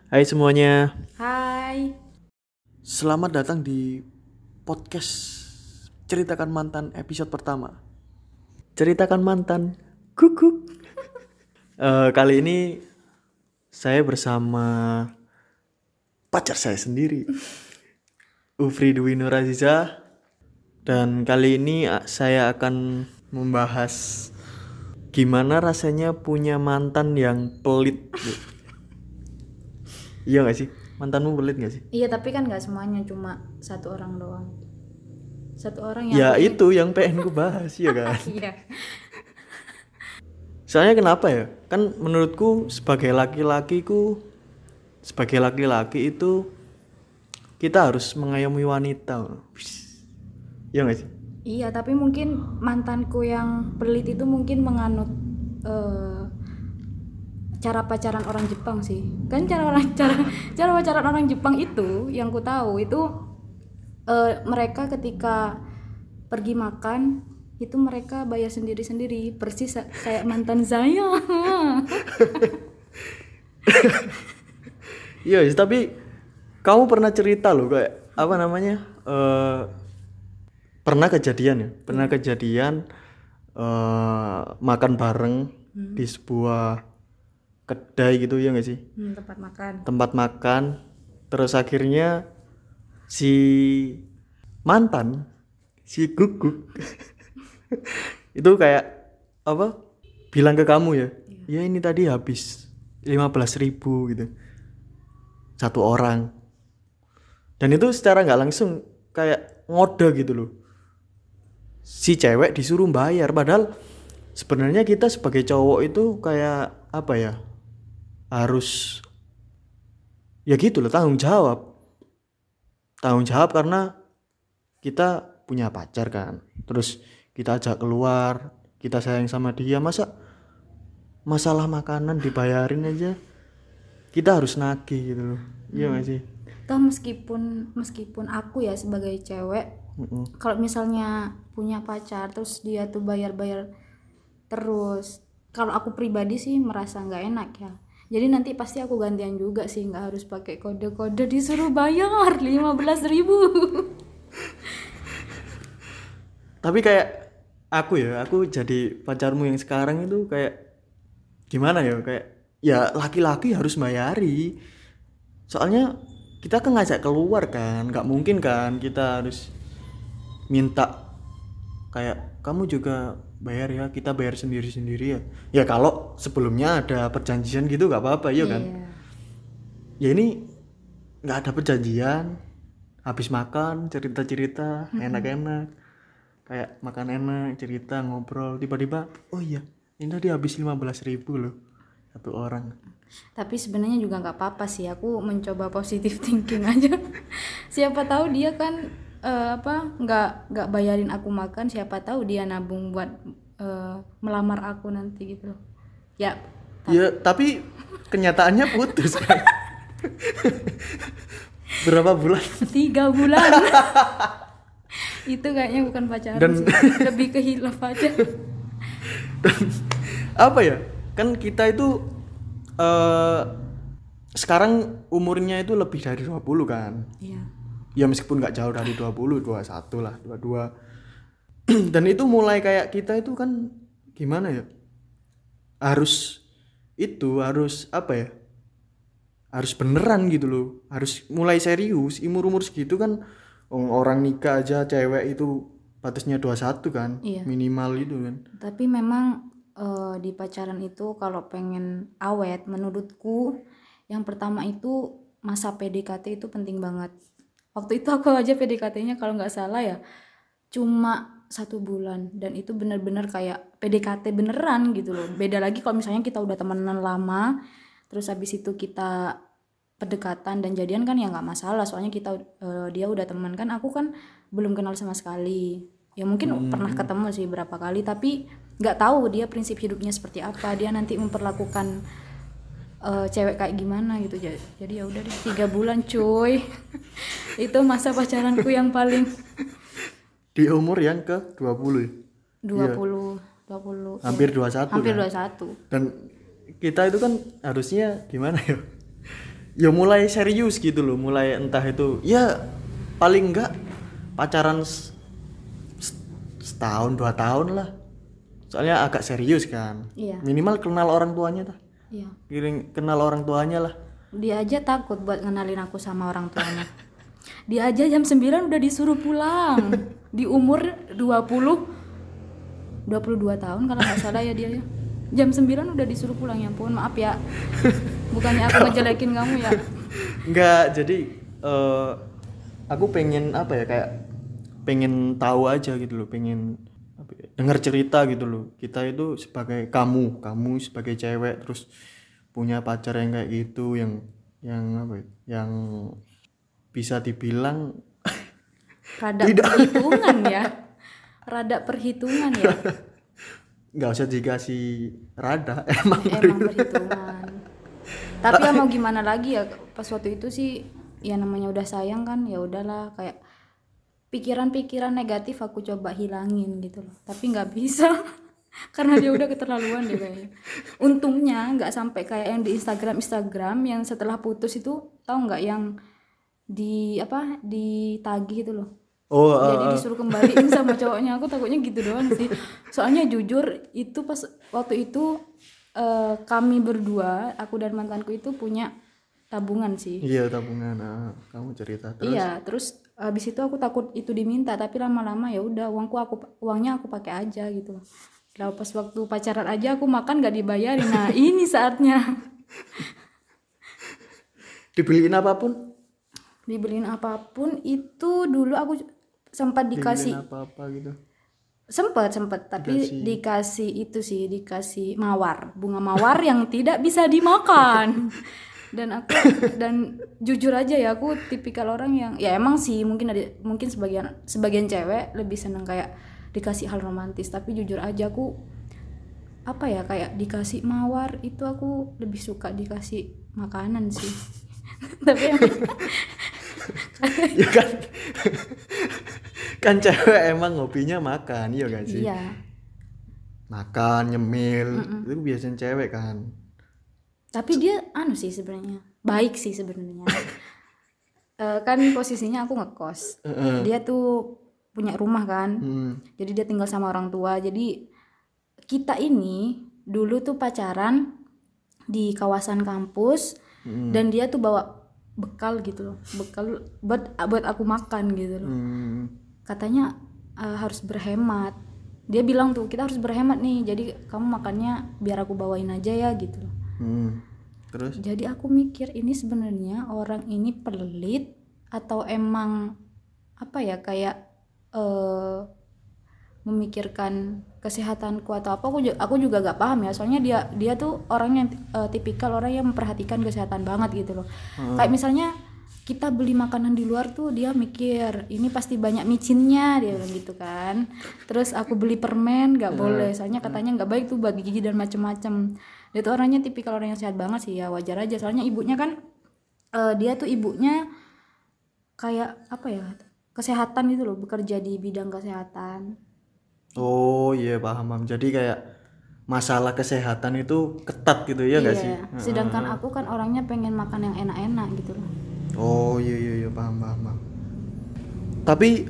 Hai semuanya, Hai. selamat datang di podcast Ceritakan Mantan episode pertama. Ceritakan mantan, kukuk. Kali ini saya bersama pacar saya sendiri, Ufri Dwi Nur Aziza. Dan kali ini saya akan membahas gimana rasanya punya mantan yang pelit. Iya gak sih? Mantanmu pelit gak sih? Iya, tapi kan nggak semuanya, cuma satu orang doang. Satu orang yang Ya aku ingin. itu yang pengen ku bahas ya kan. Iya. Soalnya kenapa ya? Kan menurutku sebagai laki-laki itu kita harus mengayomi wanita. Ya nggak sih? Iya, tapi mungkin mantanku yang pelit itu mungkin menganut eh, cara pacaran orang Jepang sih. Kan cara pacaran orang Jepang itu yang ku tahu itu mereka ketika pergi makan itu mereka bayar sendiri-sendiri, persis kayak mantan saya. Iya, tapi kamu pernah cerita loh kayak apa namanya? Pernah kejadian ya? Pernah kejadian makan bareng di sebuah kedai gitu ya nggak sih? Tempat makan. Tempat makan. Terus akhirnya si mantan si guguk itu kayak apa bilang ke kamu ya, ya ini tadi habis 15.000 gitu satu orang, dan itu secara nggak langsung kayak ngode gitu loh, si cewek disuruh bayar padahal sebenarnya kita sebagai cowok itu kayak apa ya, harus ya gitu loh, tanggung jawab karena kita punya pacar kan, terus kita ajak keluar, kita sayang sama dia, masa masalah makanan dibayarin aja kita harus nagih gitu loh. Iya gak sih? Toh meskipun aku ya sebagai cewek, kalau misalnya punya pacar terus dia tuh bayar-bayar terus, kalau aku pribadi sih merasa nggak enak ya. Jadi nanti pasti aku gantian juga sih, nggak harus pakai kode-kode disuruh bayar 15.000. Tapi kayak aku jadi pacarmu yang sekarang itu kayak gimana ya, kayak ya laki-laki harus bayari, soalnya kita kan ngajak keluar kan, nggak mungkin kan kita harus minta kayak kamu juga bayar ya, kita bayar sendiri-sendiri ya. Ya kalau sebelumnya ada perjanjian gitu nggak apa-apa ya kan. Iya. Ya ini nggak ada perjanjian, habis makan cerita-cerita enak-enak, kayak makan enak cerita ngobrol tiba-tiba oh iya ini tadi habis 15.000 loh satu orang. Tapi sebenarnya juga nggak apa-apa sih, aku mencoba positive thinking aja. Siapa tahu dia kan nggak bayarin aku makan, siapa tahu dia nabung buat melamar aku nanti gitu loh. Ya, Ya tapi kenyataannya putus kan. Berapa bulan 3 bulan. Itu kayaknya bukan pacaran dan sih, lebih ke hilaf aja. apa ya, kan kita itu eh sekarang umurnya itu lebih dari 20 kan. Iya. Ya meskipun nggak jauh dari 20, 21 lah, 22. Dan itu mulai kayak kita itu kan gimana ya, harus apa ya, harus beneran gitu loh, harus mulai serius. Umur segitu kan orang nikah aja cewek itu batasnya 21 kan, Iya. minimal itu kan. Tapi memang di pacaran itu kalau pengen awet, menurutku yang pertama itu masa PDKT itu penting banget. Waktu itu aku aja PDKT-nya kalau nggak salah ya cuma 1 bulan, dan itu bener-bener kayak PDKT beneran gitu loh. Beda lagi kalau misalnya kita udah temenan lama terus habis itu kita pendekatan dan jadian, kan ya nggak masalah, soalnya kita dia udah teman, kan aku kan belum kenal sama sekali. Ya mungkin pernah ketemu sih berapa kali, tapi nggak tahu dia prinsip hidupnya seperti apa, dia nanti memperlakukan cewek kayak gimana gitu. Jadi ya udah deh, 3 bulan cuy. Itu masa pacaranku yang paling Di umur yang ke 20 ya? 20 Hampir 21 hampir kan? 21. Dan kita itu kan harusnya gimana ya, ya mulai serius gitu loh, mulai entah itu ya paling enggak pacaran setahun 2 tahun lah, soalnya agak serius kan. Iya. Minimal kenal orang tuanya dah, Iya. kenal orang tuanya lah. Dia aja takut buat ngenalin aku sama orang tuanya. Dia aja jam 9 udah disuruh pulang. Di umur 22 tahun kalau nggak salah ya dia ya. Jam 9 udah disuruh pulang, ya ampun, maaf ya. Bukannya aku ngejelekin kamu ya. Enggak, jadi aku pengen apa ya, kayak pengen tahu aja gitu loh, pengen apa ya, dengar cerita gitu loh. Kita itu sebagai kamu sebagai cewek terus punya pacar yang kayak gitu, yang apa ya, yang bisa dibilang Rada perhitungan ya. Rada perhitungan ya. nggak usah dikasih rada, emang Emang perhitungan. Tapi ya mau gimana lagi ya, pas waktu itu sih ya namanya udah sayang kan, ya udahlah, kayak pikiran-pikiran negatif aku coba hilangin gitu loh. Tapi nggak bisa. Karena dia udah keterlaluan deh kayaknya. Untungnya nggak sampai kayak yang di Instagram yang setelah putus itu, tahu nggak, yang ditagih itu loh. Oh, Jadi disuruh kembaliin sama cowoknya. Aku takutnya gitu doang sih. Soalnya jujur itu pas waktu itu kami berdua, aku dan mantanku itu punya tabungan sih. iya tabungan. Kamu cerita terus. Iya, terus habis itu aku takut itu diminta, tapi lama-lama ya udah, uangnya aku pakai aja gitu. Lah pas waktu pacaran aja aku makan gak dibayarin. Nah, ini saatnya. Dibeliin apapun? Dibeliin apapun itu dulu aku sempat dikasih. Dibeliin apa-apa gitu. Sempet tapi dikasih mawar, bunga mawar yang tidak bisa dimakan. Dan jujur aja ya, aku tipikal orang yang ya emang sih mungkin sebagian cewek lebih seneng kayak dikasih hal romantis, tapi jujur aja aku apa ya, kayak dikasih mawar itu aku lebih suka dikasih makanan sih. Tapi Ya kan. Kan cewek emang hobinya makan, iya gak sih? iya. Makan, nyemil, itu biasanya cewek kan. Tapi dia sih sebenarnya baik sih sebenarnya. Kan posisinya aku ngekos. Dia tuh punya rumah kan. Jadi dia tinggal sama orang tua. Jadi kita ini dulu tuh pacaran di kawasan kampus, dan dia tuh bawa bekal gitu loh. Bekal buat aku makan gitu loh. Katanya harus berhemat. Dia bilang tuh kita harus berhemat nih. Jadi kamu makannya biar aku bawain aja ya gitu loh. Terus? Jadi aku mikir ini sebenarnya orang ini pelit atau emang apa ya, kayak memikirkan kesehatanku atau apa, aku juga gak paham ya. Soalnya dia tuh orang yang tipikal orang yang memperhatikan kesehatan banget gitu loh. Kayak misalnya kita beli makanan di luar tuh dia mikir ini pasti banyak micinnya, dia bilang gitu kan. Terus aku beli permen gak boleh, soalnya katanya gak baik tuh buat gigi dan macem-macem. Dia tuh orangnya tipikal orang yang sehat banget sih, ya wajar aja. Soalnya ibunya kan dia tuh ibunya kayak apa ya, kesehatan gitu loh, bekerja di bidang kesehatan. Oh iya, paham. Jadi kayak masalah kesehatan itu ketat gitu ya nggak sih? Sedangkan aku kan orangnya pengen makan yang enak-enak gitu loh. Oh iya paham. Tapi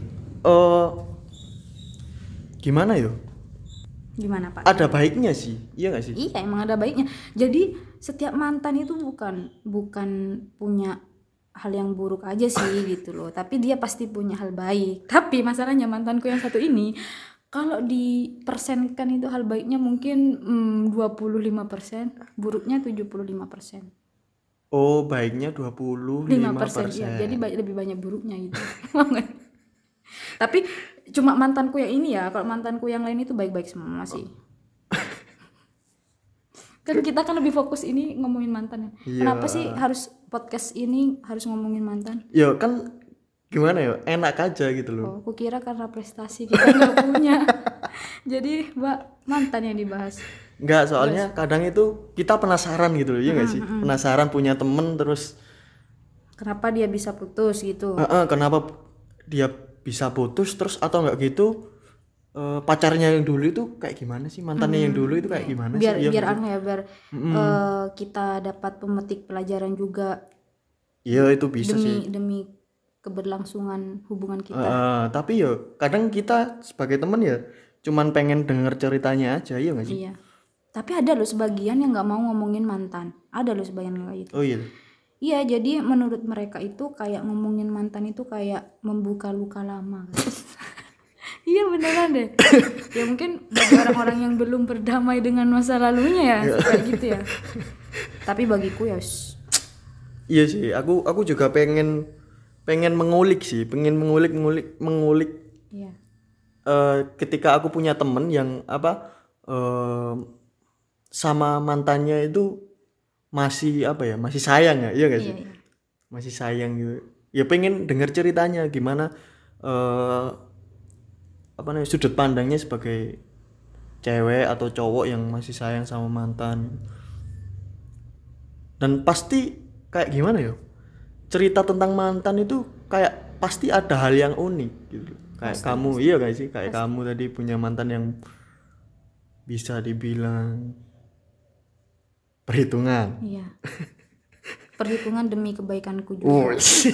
gimana yo? Gimana Pak? Ada baiknya sih, iya nggak sih? Iya, emang ada baiknya. Jadi setiap mantan itu bukan punya hal yang buruk aja sih gitu loh, tapi dia pasti punya hal baik. Tapi masalahnya mantanku yang satu ini, kalau dipersenkan itu hal baiknya mungkin 25%, buruknya 75%. Oh, baiknya 25%. Ya, jadi lebih banyak buruknya gitu. Tapi cuma mantanku yang ini ya, kalau mantanku yang lain itu baik-baik semua sih. Kan kita kan lebih fokus ini ngomongin mantan. Iya. Kenapa sih harus podcast ini harus ngomongin mantan? Ya kan gimana ya, enak aja gitu loh. Oh, aku kira karena prestasi kita nggak punya. Jadi mantan yang dibahas. Enggak, soalnya kadang itu kita penasaran gitu loh, iya nggak sih? Penasaran punya temen terus kenapa dia bisa putus gitu. Kenapa dia bisa putus terus, atau enggak gitu pacarnya yang dulu itu kayak gimana sih, mantannya yang dulu itu kayak gimana biar sih? biar kita dapat pemetik pelajaran juga. Iya itu bisa sih. demi keberlangsungan hubungan kita. Tapi ya kadang kita sebagai teman ya cuman pengen denger ceritanya aja, iya nggak sih? Iya. Tapi ada loh sebagian yang nggak mau ngomongin mantan. Ada loh sebagian yang kayak gitu. Oh iya. Iya, jadi menurut mereka itu kayak ngomongin mantan itu kayak membuka luka lama. Iya beneran deh. Ya mungkin bagi orang-orang yang belum berdamai dengan masa lalunya ya kayak gitu ya. Tapi bagiku ya Iya sih, aku juga pengen mengulik sih, pengen mengulik iya. ketika aku punya temen yang apa sama mantannya itu masih apa ya, masih sayang ya, iya gak sih? Iya. Masih sayang gitu. Ya pengen dengar ceritanya gimana apa namanya, sudut pandangnya sebagai cewek atau cowok yang masih sayang sama mantan. Dan pasti kayak gimana ya? Cerita tentang mantan itu kayak pasti ada hal yang unik gitu. Kayak kamu, iya gak sih? Kayak kamu tadi punya mantan yang bisa dibilang perhitungan. Iya. Perhitungan demi kebaikanku juga.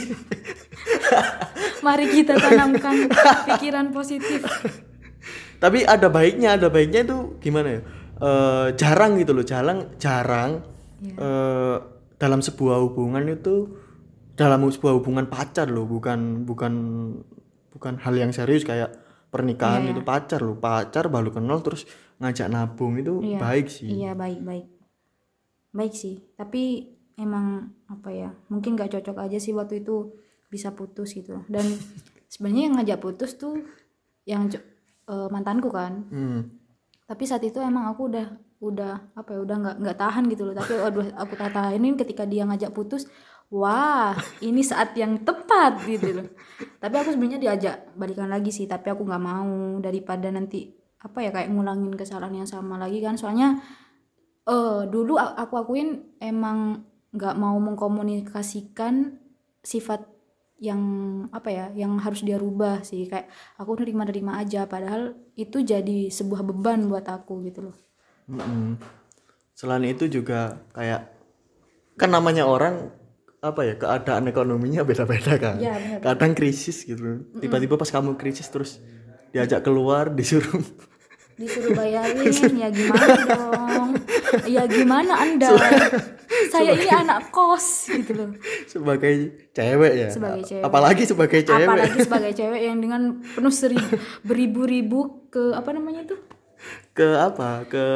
Mari kita tanamkan pikiran positif. Tapi ada baiknya itu gimana ya? Jarang gitu loh, jarang dalam sebuah hubungan itu, dalam sebuah hubungan pacar loh, bukan hal yang serius kayak pernikahan. Itu pacar loh, pacar baru kenal terus ngajak nabung itu baik sih. Iya baik sih. Tapi emang apa ya? Mungkin nggak cocok aja sih waktu itu bisa putus gitu. Dan sebenarnya yang ngajak putus tuh yang mantanku kan. Tapi saat itu emang aku udah apa ya, udah nggak tahan gitu loh. Tapi aduh aku tahanin ketika dia ngajak putus. Wah, ini saat yang tepat gitu loh. Tapi aku sebenarnya diajak balikan lagi sih, tapi aku nggak mau daripada nanti apa ya kayak ngulangin kesalahan yang sama lagi kan. Soalnya dulu aku akuin emang nggak mau mengkomunikasikan sifat yang apa ya yang harus dia rubah sih, kayak aku nerima aja, padahal itu jadi sebuah beban buat aku gitu loh. Selain itu juga kayak kan namanya orang apa ya, keadaan ekonominya beda-beda kan. Ya, bener. Kadang krisis gitu. Tiba-tiba pas kamu krisis terus diajak keluar, disuruh bayarin ya gimana dong, ya gimana Anda, saya ini anak kos gitu loh. sebagai cewek ya. Apalagi sebagai cewek yang dengan penuh beribu-ribu ke apa namanya itu, ke apa, ke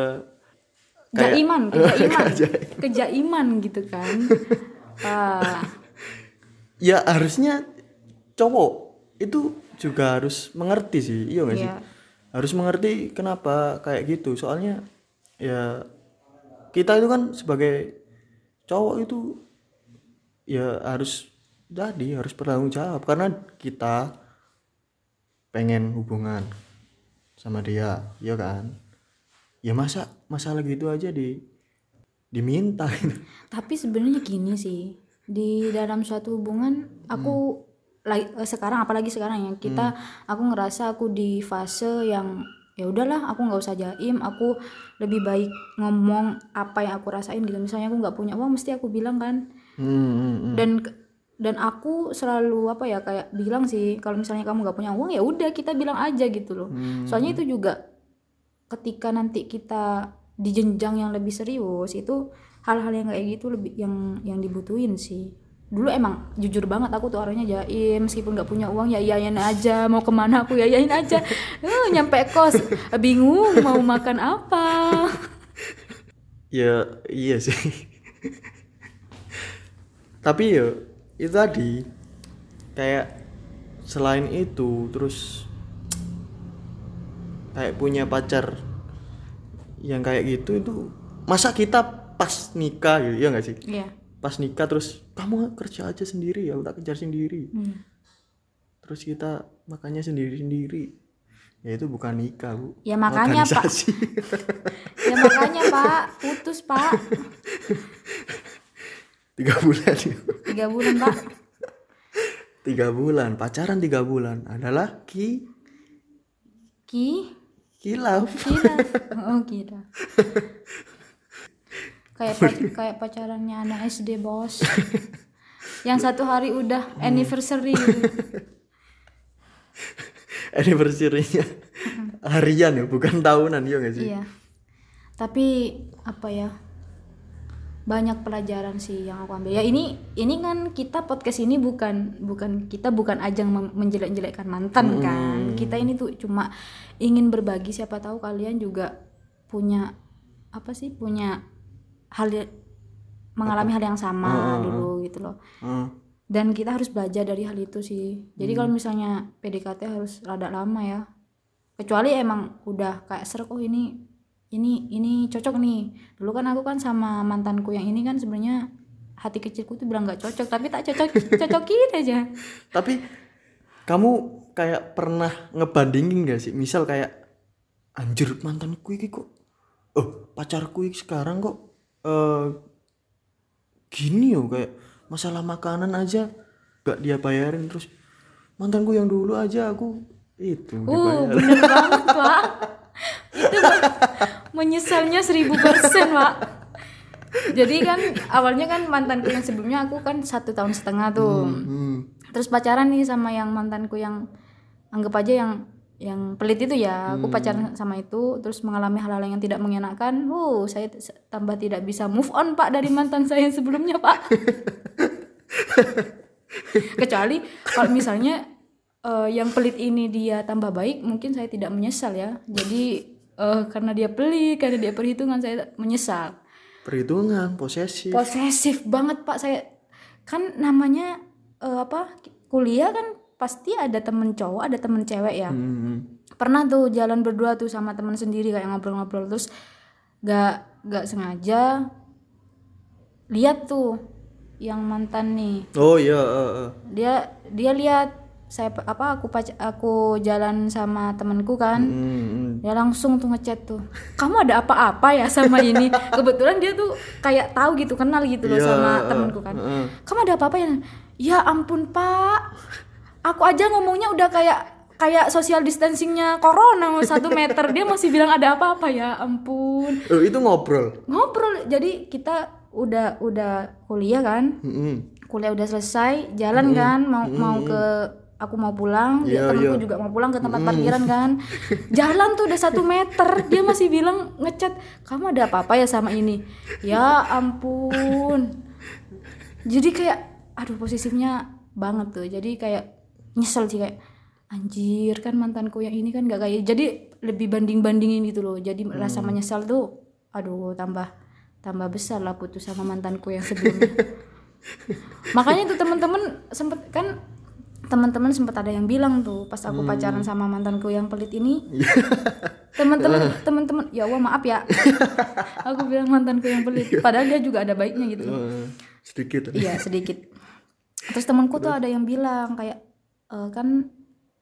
kejaiman gitu kan. Ya harusnya cowok itu juga harus mengerti sih, iya nggak sih? Harus mengerti kenapa kayak gitu. Soalnya ya kita itu kan sebagai cowok itu ya harus bertanggung jawab karena kita pengen hubungan sama dia, ya kan? Ya masa masalah gitu aja diminta gitu. Tapi sebenarnya gini sih, di dalam suatu hubungan aku sekarang, apalagi sekarang ya kita, aku ngerasa aku di fase yang ya udahlah, aku nggak usah jaim, aku lebih baik ngomong apa yang aku rasain gitu. Misalnya aku nggak punya uang, mesti aku bilang kan. Dan aku selalu apa ya kayak bilang sih, kalau misalnya kamu nggak punya uang ya udah kita bilang aja gitu loh. Soalnya itu juga ketika nanti kita di jenjang yang lebih serius, itu hal-hal yang kayak gitu lebih yang dibutuhin sih. Dulu emang jujur banget aku tuh orangnya jaim, meskipun nggak punya uang ya iyain aja, mau kemana aku iyain aja. Nyampe kos bingung mau makan apa. Ya iya sih. Tapi ya itu tadi, kayak selain itu terus kayak punya pacar yang kayak gitu, itu masa kita pas nikah gitu, ya nggak sih? Iya. Pas nikah terus kamu kerja aja sendiri ya, udah kejar sendiri. Terus kita makannya sendiri, ya itu bukan nikah, Bu. Ya makanya organisasi. Pak. Ya makanya Pak, putus Pak. 3 bulan. 3 bulan Pak. 3 bulan pacaran, 3 bulan adalah kilaf. Oh kira. Kayak pacarannya anak SD bos. Yang 1 hari udah anniversary gitu. Anniversary-nya harian ya, bukan tahunan ya nggak sih? Iya. Tapi apa ya? Banyak pelajaran sih yang aku ambil. Ya ini kan kita podcast ini bukan ajang menjelek-jelekkan mantan kan. Kita ini tuh cuma ingin berbagi, siapa tahu kalian juga punya punya mengalami hal yang sama dulu gitu loh. Dan kita harus belajar dari hal itu sih. Jadi kalau misalnya PDKT harus rada lama ya. Kecuali emang udah kayak serak, oh ini cocok nih. Dulu kan aku kan sama mantanku yang ini kan sebenarnya hati kecilku tuh bilang nggak cocok, tapi tak cocokin aja. Tapi kamu kayak pernah ngebandingin gak sih? Misal kayak anjir mantanku ini kok pacarku ini sekarang kok gini yo, kayak masalah makanan aja gak dia bayarin, terus mantanku yang dulu aja aku itu dibayar. Bener banget Pak. Itu menyesalnya 1000%, Pak. Jadi kan awalnya kan mantanku yang sebelumnya aku kan 1,5 tahun tuh. Terus pacaran nih sama yang mantanku yang anggap aja yang pelit itu ya. Aku pacaran sama itu, terus mengalami hal-hal yang tidak mengenakan. Saya tambah tidak bisa move on Pak dari mantan saya yang sebelumnya Pak. Kecuali kalau misalnya yang pelit ini dia tambah baik, mungkin saya tidak menyesal ya. Jadi karena dia pelit, karena dia perhitungan, saya menyesal. Perhitungan, posesif Banget Pak. Saya kan namanya kuliah kan pasti ada temen cowok, ada temen cewek ya. Pernah tuh jalan berdua tuh sama teman sendiri kayak ngobrol-ngobrol, terus gak sengaja lihat tuh yang mantan nih. Oh iya. Dia lihat saya aku jalan sama temanku kan. Dia langsung tuh ngechat tuh, kamu ada apa-apa ya sama ini. Kebetulan dia tuh kayak tahu gitu, kenal gitu loh sama temanku kan. Kamu ada apa-apa ya? Ya ampun Pak, aku aja ngomongnya udah kayak social distancingnya corona 1 meter, dia masih bilang ada apa-apa, ya ampun. Itu ngobrol. Jadi kita udah kuliah kan. Kuliah udah selesai, jalan kan mau ke, aku mau pulang, temanku juga mau pulang ke tempat parkiran kan. Jalan tuh udah 1 meter, dia masih bilang ngechat, kamu ada apa-apa ya sama ini. Ya ampun. Jadi kayak aduh posesifnya banget tuh. Jadi kayak nyesel sih, kayak anjir kan mantanku yang ini kan gak kayak, jadi lebih banding-bandingin gitu loh. Jadi rasa menyesal tuh aduh tambah besar lah putus sama mantanku yang sebelumnya. Makanya tuh teman-teman sempat ada yang bilang tuh pas aku pacaran sama mantanku yang pelit ini. teman-teman ya Allah maaf ya. Aku bilang mantanku yang pelit, padahal dia juga ada baiknya gitu. Sedikit. Iya sedikit. Terus temanku tuh ada yang bilang kayak kan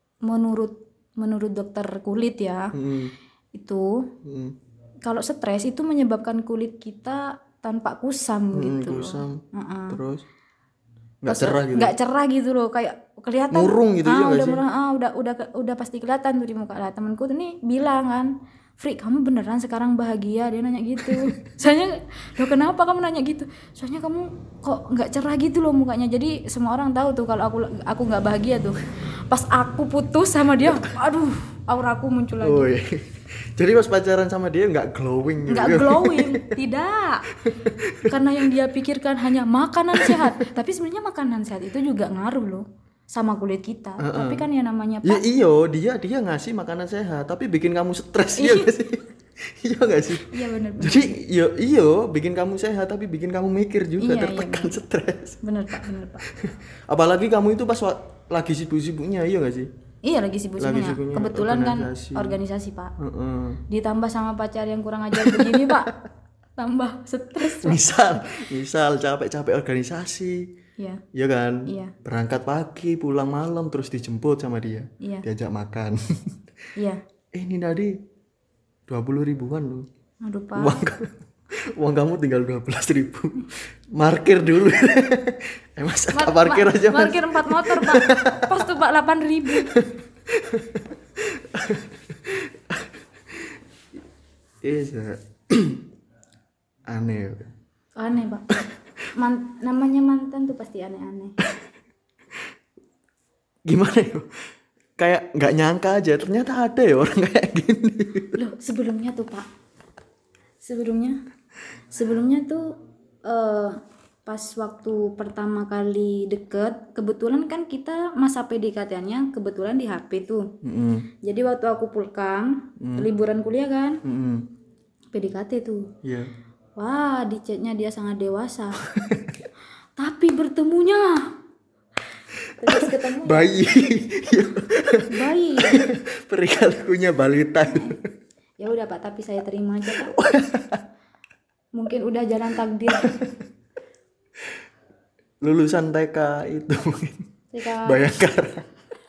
menurut dokter kulit ya, itu kalau stres itu menyebabkan kulit kita tampak kusam gitu. Kusam. Terus nggak cerah gitu loh, kayak kelihatan murung gitu ya nggak sih? udah pasti kelihatan tuh di muka. Lah temanku tuh nih bilang kan, Fri kamu beneran sekarang bahagia? Dia nanya gitu. Soalnya loh kenapa kamu nanya gitu? Soalnya kamu kok nggak cerah gitu loh mukanya. Jadi semua orang tahu tuh kalau aku nggak bahagia tuh pas aku putus sama dia. Aduh auraku muncul lagi. Oh, iya. Jadi pas pacaran sama dia nggak glowing gitu? Nggak glowing, tidak. Karena yang dia pikirkan hanya makanan sehat. Tapi sebenarnya makanan sehat itu juga ngaruh loh sama kulit kita. Tapi kan ya namanya Pak. Dia ngasih makanan sehat, tapi bikin kamu stres ya nggak sih? Iya nggak sih? Iya benar. Jadi bikin kamu sehat, tapi bikin kamu mikir juga, tertekan, stres. Benar Pak. Apalagi kamu itu pas lagi sibuk-sibuknya, iya nggak sih? Iya lagi sibuk-sibuknya. Kebetulan organisasi Pak. Ditambah sama pacar yang kurang ajar begini Pak, tambah stres. Misal capek-capek organisasi. Iya kan? Iya. Berangkat pagi, pulang malam, terus dijemput sama dia. Iya. Diajak makan. Iya. Ini tadi 20 ribuan loh. Aduh Pak. Uang kamu tinggal 12.000. Markir dulu. Mas, parkir aja Mas. Parkir 4 motor Pak. Pas tuh Pak 8.000. Iya. Aneh Pak. namanya mantan tuh pasti aneh-aneh. Gimana ya? Kayak nggak nyangka aja ternyata ada ya orang kayak gini. Loh, sebelumnya tuh Pak. Sebelumnya tuh pas waktu pertama kali deket, kebetulan kan kita masa PDKT-nya kebetulan di HP tuh. Jadi waktu aku pulang, liburan kuliah kan, PDKT tuh. Iya. Wah, di chatnya dia sangat dewasa. Tapi bertemunya, terus ketemu Bayi. bayi. Perilakunya balita. Ya udah Pak, tapi saya terima aja Pak. Mungkin udah jalan takdir. Lulusan TK itu mungkin. Jika Bayangkara.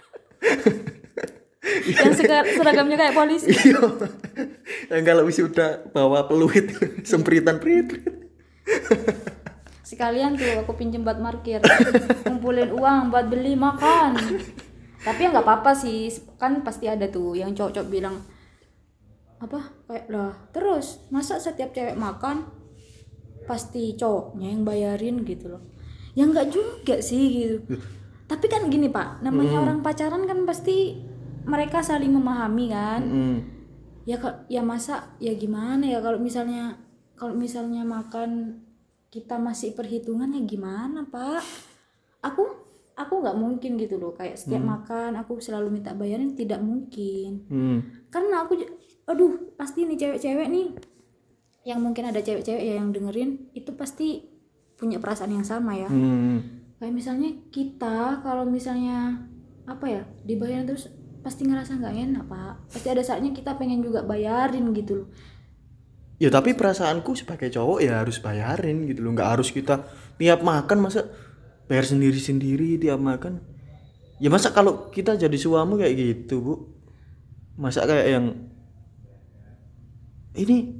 yang seragamnya kayak polisi. Iya. Yang kalau wisuda bawa peluit sempritan prit. Sekalian tuh aku pinjem buat parkir, ngumpulin uang buat beli makan. Tapi ya nggak apa-apa sih, kan pasti ada tuh yang cowok-cowok bilang apa kayak lah terus masa setiap cewek makan pasti cowoknya yang bayarin gitu loh. Ya nggak juga sih gitu. Tapi kan gini Pak, namanya orang pacaran kan pasti mereka saling memahami kan. Ya masa ya gimana ya kalau misalnya makan kita masih perhitungan ya gimana Pak? Aku nggak mungkin gitu loh kayak setiap makan aku selalu minta bayarin, tidak mungkin. Karena aduh pasti nih cewek-cewek nih yang mungkin ada cewek-cewek ya yang dengerin itu pasti punya perasaan yang sama ya. Kayak misalnya kita kalau misalnya apa ya dibayarin terus pasti ngerasa nggak enak Pak. Pasti ada saatnya kita pengen juga bayarin gitu loh. Ya tapi perasaanku sebagai cowok ya harus bayarin gitu loh. Nggak harus kita tiap makan masa bayar sendiri-sendiri tiap makan. Ya masa kalau kita jadi suami kayak gitu Bu. Masa kayak yang ini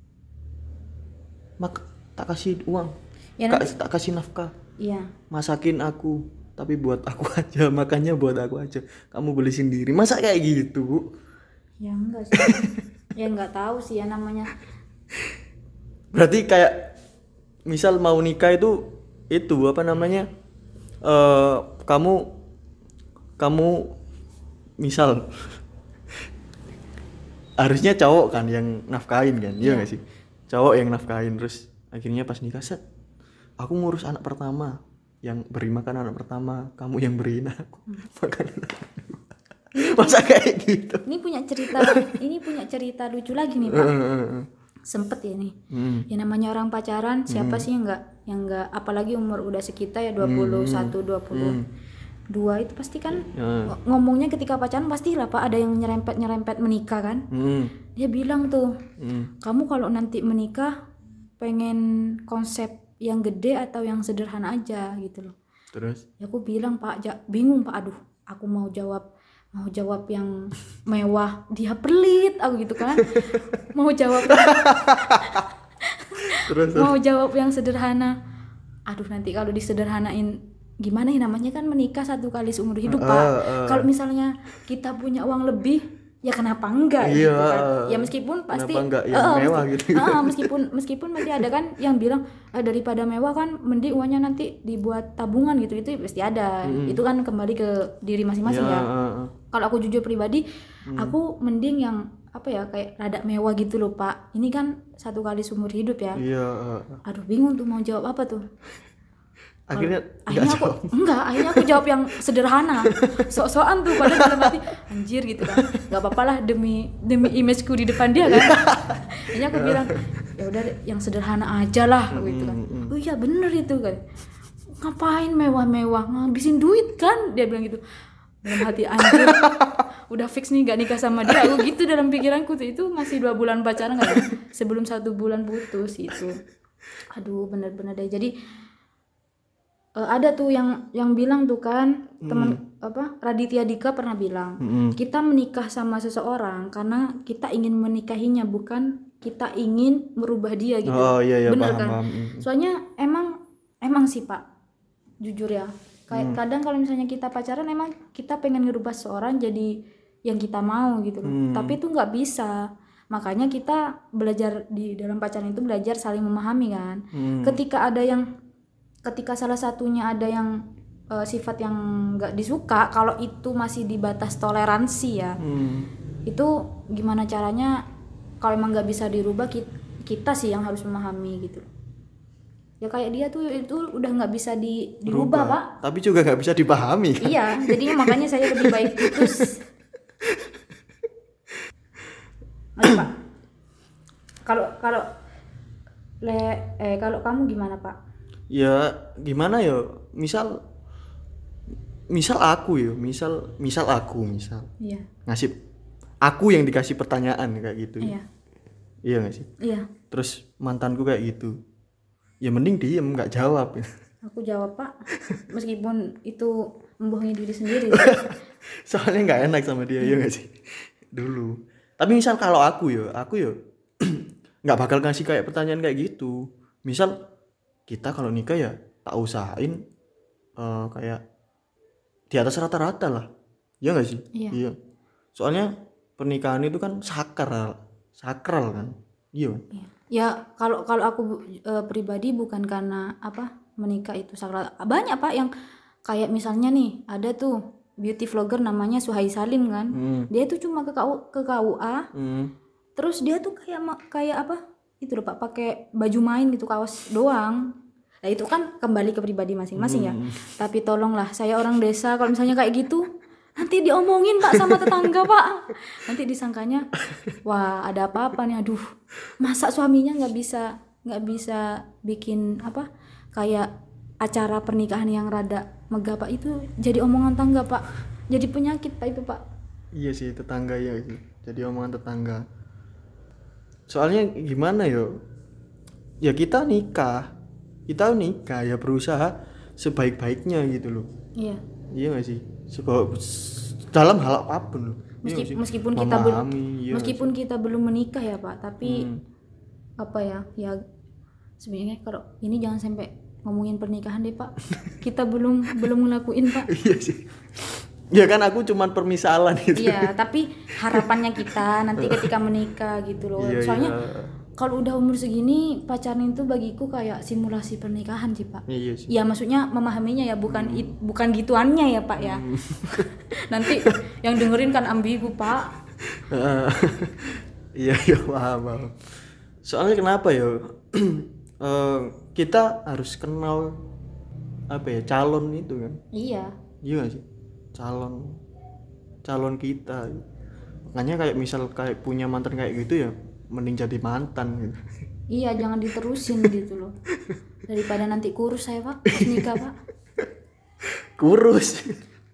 tak kasih uang Ya, tak kasih nafkah, iya. masakin aku tapi buat aku aja, makannya buat aku aja, kamu beli sendiri, masa kayak gitu Bu? Ya enggak sih. Ya enggak tahu sih ya namanya. Berarti kayak misal mau nikah itu apa namanya, kamu misal harusnya cowok kan yang nafkahin kan, iya nggak sih? Cowok yang nafkahin, terus akhirnya pas nikah set, aku ngurus anak pertama, yang beri makan anak pertama, kamu yang beriin aku makan anak kedua. Masa kayak gitu? Ini punya cerita lucu lagi nih Pak. Sempet ya nih. Ya namanya orang pacaran, siapa sih yang enggak apalagi umur udah sekitar ya 21, 22 itu pasti kan ngomongnya ketika pacaran pasti lah Pak ada yang nyerempet menikah kan. Dia bilang tuh, kamu kalau nanti menikah pengen konsep yang gede atau yang sederhana aja gitu loh. Terus? Ya aku bilang Pak, bingung Pak, aduh aku mau jawab yang mewah, dia pelit aku gitu kan. Mau jawab mau jawab yang sederhana, aduh nanti kalau disederhanain gimana ya, namanya kan menikah satu kali seumur hidup Pak. Kalau misalnya kita punya uang lebih ya kenapa enggak gitu kan. Ya meskipun pasti mewah gitu. meskipun masih ada kan yang bilang daripada mewah kan mending uangnya nanti dibuat tabungan gitu, itu pasti ada. Itu kan kembali ke diri masing-masing ya. Kalau aku jujur pribadi, aku mending yang apa ya kayak rada mewah gitu loh Pak. Ini kan satu kali seumur hidup ya. Aduh bingung tuh mau jawab apa tuh. Akhirnya aku jawab yang sederhana, sok-sokan tuh, padahal dalam hati anjir gitu kan, nggak apa-apa lah demi imageku di depan dia kan. Akhirnya aku bilang ya udah yang sederhana aja lah gitu kan. Oh iya bener itu kan, ngapain mewah-mewah, ngabisin duit kan, dia bilang gitu. Dalam hati anjir, udah fix nih gak nikah sama dia, aku gitu dalam pikiranku tuh. Itu masih 2 bulan pacaran kan, sebelum 1 bulan putus itu. Aduh bener-bener deh. Jadi ada tuh yang bilang tuh kan teman Raditya Dika pernah bilang, kita menikah sama seseorang karena kita ingin menikahinya, bukan kita ingin merubah dia gitu. Bener kan? Soalnya emang sih Pak, jujur ya, kayak kadang kalau misalnya kita pacaran emang kita pengen ngerubah seseorang jadi yang kita mau gitu kan. Tapi itu nggak bisa. Makanya kita belajar di dalam pacaran itu belajar saling memahami kan. Ketika ada yang ketika salah satunya ada yang sifat yang nggak disuka, kalau itu masih di batas toleransi ya, itu gimana caranya, kalau emang nggak bisa dirubah, kita sih yang harus memahami gitu. Ya kayak dia tuh itu udah nggak bisa dirubah Pak. Tapi juga nggak bisa dipahami kan? Iya, jadi makanya saya lebih baik putus. Ayo Pak. Kalau kalau kamu gimana Pak? Ya gimana ya, misal aku ya, misal aku Iya. ngasih, aku yang dikasih pertanyaan kayak gitu. Iya. Iya nggak sih? Iya. Terus mantanku kayak gitu, ya mending diem nggak jawab. Aku jawab Pak, meskipun itu membohongi diri sendiri. Soalnya nggak enak sama dia, ya nggak sih dulu. Tapi misal kalau aku ya nggak bakal ngasih kayak pertanyaan kayak gitu. Misal kita kalau nikah ya tak usahain kayak di atas rata-rata lah, ya nggak sih? Iya. Soalnya pernikahan itu kan sakral kan, iya. Ya kalau aku pribadi bukan karena menikah itu sakral. Banyak Pak yang kayak misalnya nih ada tuh beauty vlogger namanya Suhai Salim kan. Dia tuh cuma ke KUA. Terus dia tuh kayak itu loh Pak, pakai baju main gitu, kaos doang. Nah itu kan kembali ke pribadi masing-masing ya. Tapi tolonglah, saya orang desa, kalau misalnya kayak gitu nanti diomongin Pak sama tetangga Pak. Nanti disangkanya wah ada apa-apa nih, aduh masa suaminya nggak bisa bikin kayak acara pernikahan yang rada megah Pak, itu jadi omongan tangga Pak, jadi penyakit Pak itu Pak. Iya sih, tetangga ya sih, jadi omongan tetangga. Soalnya gimana ya kita nikah ya berusaha sebaik-baiknya gitu loh. Iya nggak sih, dalam hal apapun loh. Meskipun kita belum menikah ya Pak, tapi ya sebenarnya kalau ini jangan sampai ngomongin pernikahan deh Pak. Kita belum ngelakuin Pak. Iya sih. Ya kan aku cuman permisalan gitu. Iya, tapi harapannya kita nanti ketika menikah gitu loh. Soalnya kalau udah umur segini pacaran itu bagiku kayak simulasi pernikahan sih Pak. Iya sih. Ya maksudnya memahaminya ya, bukan gituannya ya Pak ya. Nanti yang dengerin kan ambigu Pak. Iya paham. Soalnya kenapa ya? Kita harus kenal calon itu kan. Iya Gak sih, calon kita. Makanya kayak misal kayak punya mantan kayak gitu ya mending jadi mantan gitu. Iya, jangan diterusin gitu loh, daripada nanti kurus saya Pak pas nikah Pak. Kurus,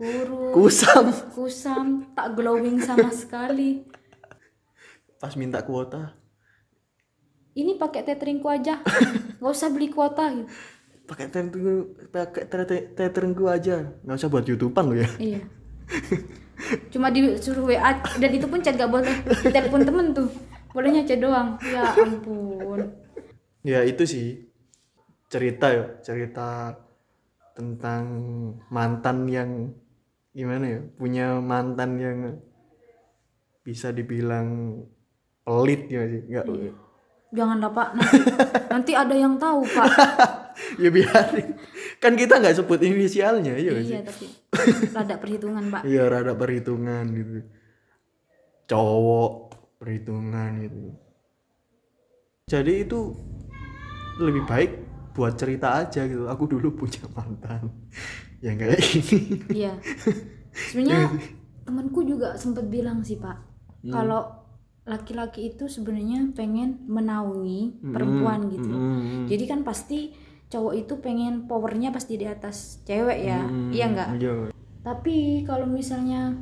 kusam, tak glowing sama sekali. Pas minta kuota, ini pakai teteringku aja, nggak usah beli kuota gitu. Pakai teteringku aja, nggak usah buat YouTubean lo ya. Iya. Cuma disuruh WA, dan itu pun chat gak boleh, telepon temen tuh bolehnya chat doang. Ya ampun. Ya itu sih cerita tentang mantan yang gimana ya, punya mantan yang bisa dibilang pelit ya sih, nggak? Iya. Janganlah Pak, nanti ada yang tahu Pak. Ya biarin, kan kita nggak sebut inisialnya. Iya tapi rada perhitungan Pak. Iya rada perhitungan gitu, cowok perhitungan gitu. Jadi itu lebih baik buat cerita aja gitu, aku dulu punya mantan yang kayak gini. Iya, sebenarnya temanku juga sempat bilang sih Pak, kalau laki-laki itu sebenarnya pengen menaungi perempuan gitu loh. Jadi kan pasti cowok itu pengen powernya pasti di atas cewek ya, iya nggak? Iya. Tapi kalau misalnya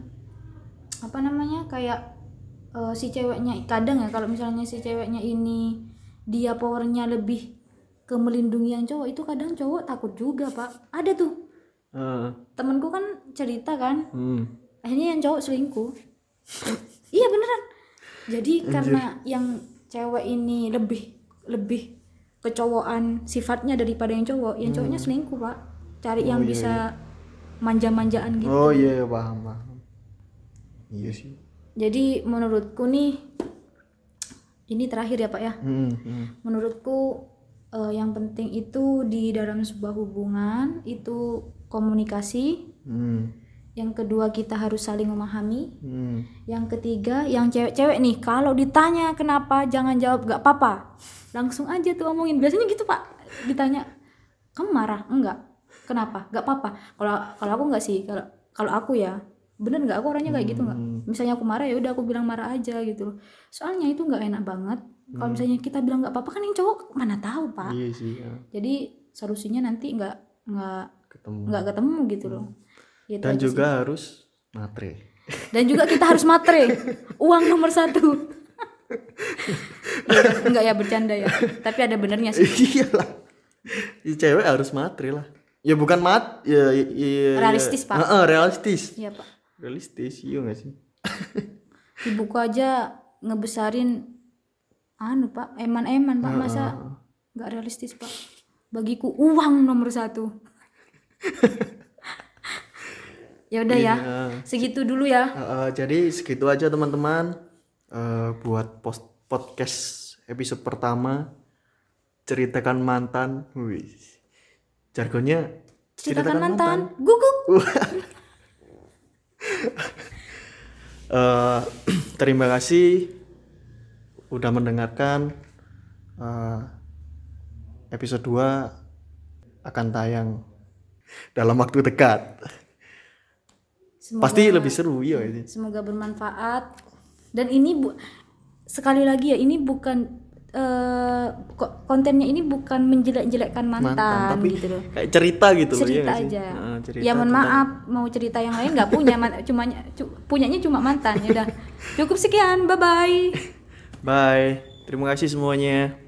kayak si ceweknya, kadang ya kalau misalnya si ceweknya ini dia powernya lebih ke melindungi yang cowok, itu kadang cowok takut juga Pak. Ada tuh temanku kan cerita kan, akhirnya yang cowok selingkuh. Iya beneran. Jadi karena yang cewek ini lebih kecowokan sifatnya daripada yang cowok, yang cowoknya selingkuh Pak, cari yang bisa manja-manjaan gitu. Oh iya paham. Iya sih. Jadi menurutku nih, ini terakhir ya Pak ya, menurutku Yang penting itu di dalam sebuah hubungan itu komunikasi. Yang kedua kita harus saling memahami. Yang ketiga yang cewek-cewek nih kalau ditanya kenapa jangan jawab gak apa-apa, langsung aja tuh omongin. Biasanya gitu Pak, ditanya kamu marah? Enggak. Kenapa? Gak apa-apa. Kalau aku enggak sih. Kalau aku ya bener nggak, aku orangnya kayak gitu nggak. Misalnya aku marah ya udah aku bilang marah aja gitu loh. Soalnya itu nggak enak banget kalau misalnya kita bilang nggak apa-apa, kan yang cowok mana tahu Pak. Iya sih ya. Jadi solusinya nanti nggak ketemu gitu loh. Gitu Dan aja juga sih. harus matre. Dan juga kita harus matre. Uang nomor 1. Enggak ya, bercanda ya, tapi ada benernya sih. Iyalah, cewek harus matre lah. Ya bukan ya Realistis, Pak. Realistis. Iya Pak. Realistis, iya nggak sih? Ibuku aja ngebesarin Pak, eman-eman Pak, masa nggak realistis Pak. Bagiku uang nomor 1. Ya udah ya, segitu dulu ya. Jadi segitu aja teman-teman, buat podcast episode pertama ceritakan mantan. Wih, jargonnya Ceritakan mantan. Guguk. Terima kasih udah mendengarkan. Episode 2 akan tayang dalam waktu dekat. Pasti lebih seru ya ini. Semoga bermanfaat. Dan ini sekali lagi ya, ini bukan kontennya ini bukan menjelek-jelekkan mantan tapi gitu loh. Kayak cerita gitu loh, Cerita ya aja. Cerita Ya mohon maaf, mau cerita yang lain nggak punya, punyanya cuma mantan. Ya udah. Cukup sekian, bye bye. Bye. Terima kasih semuanya.